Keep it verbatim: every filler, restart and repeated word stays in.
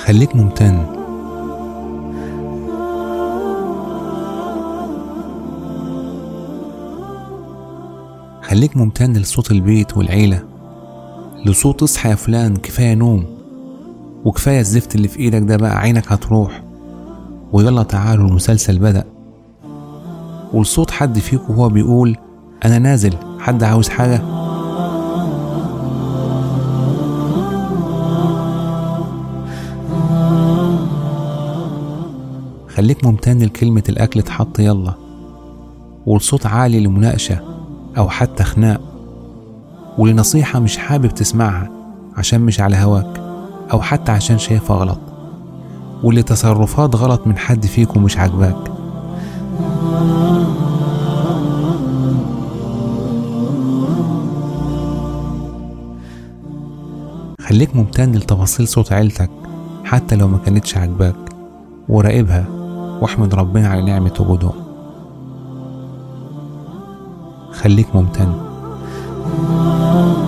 خليك ممتن. خليك ممتن لصوت البيت والعيلة، لصوت اصحى يا فلان كفاية نوم، وكفاية الزفت اللي في ايدك ده بقى عينك هتروح، ويلا تعالوا المسلسل بدأ، ولصوت حد فيكم وهو بيقول انا نازل، حد عاوز حاجة؟ خليك ممتن لكلمة الأكل اتحط يلا، ولصوت عالي لمناقشة أو حتى خناق، ولنصيحة مش حابب تسمعها عشان مش على هواك أو حتى عشان شايفها غلط، ولتصرفات غلط من حد فيكم مش عاجباك. خليك ممتن لتفاصيل صوت عيلتك حتى لو ما كانتش عاجباك، وراقبها واحمد ربنا على نعمة وجودهم. خليك ممتن.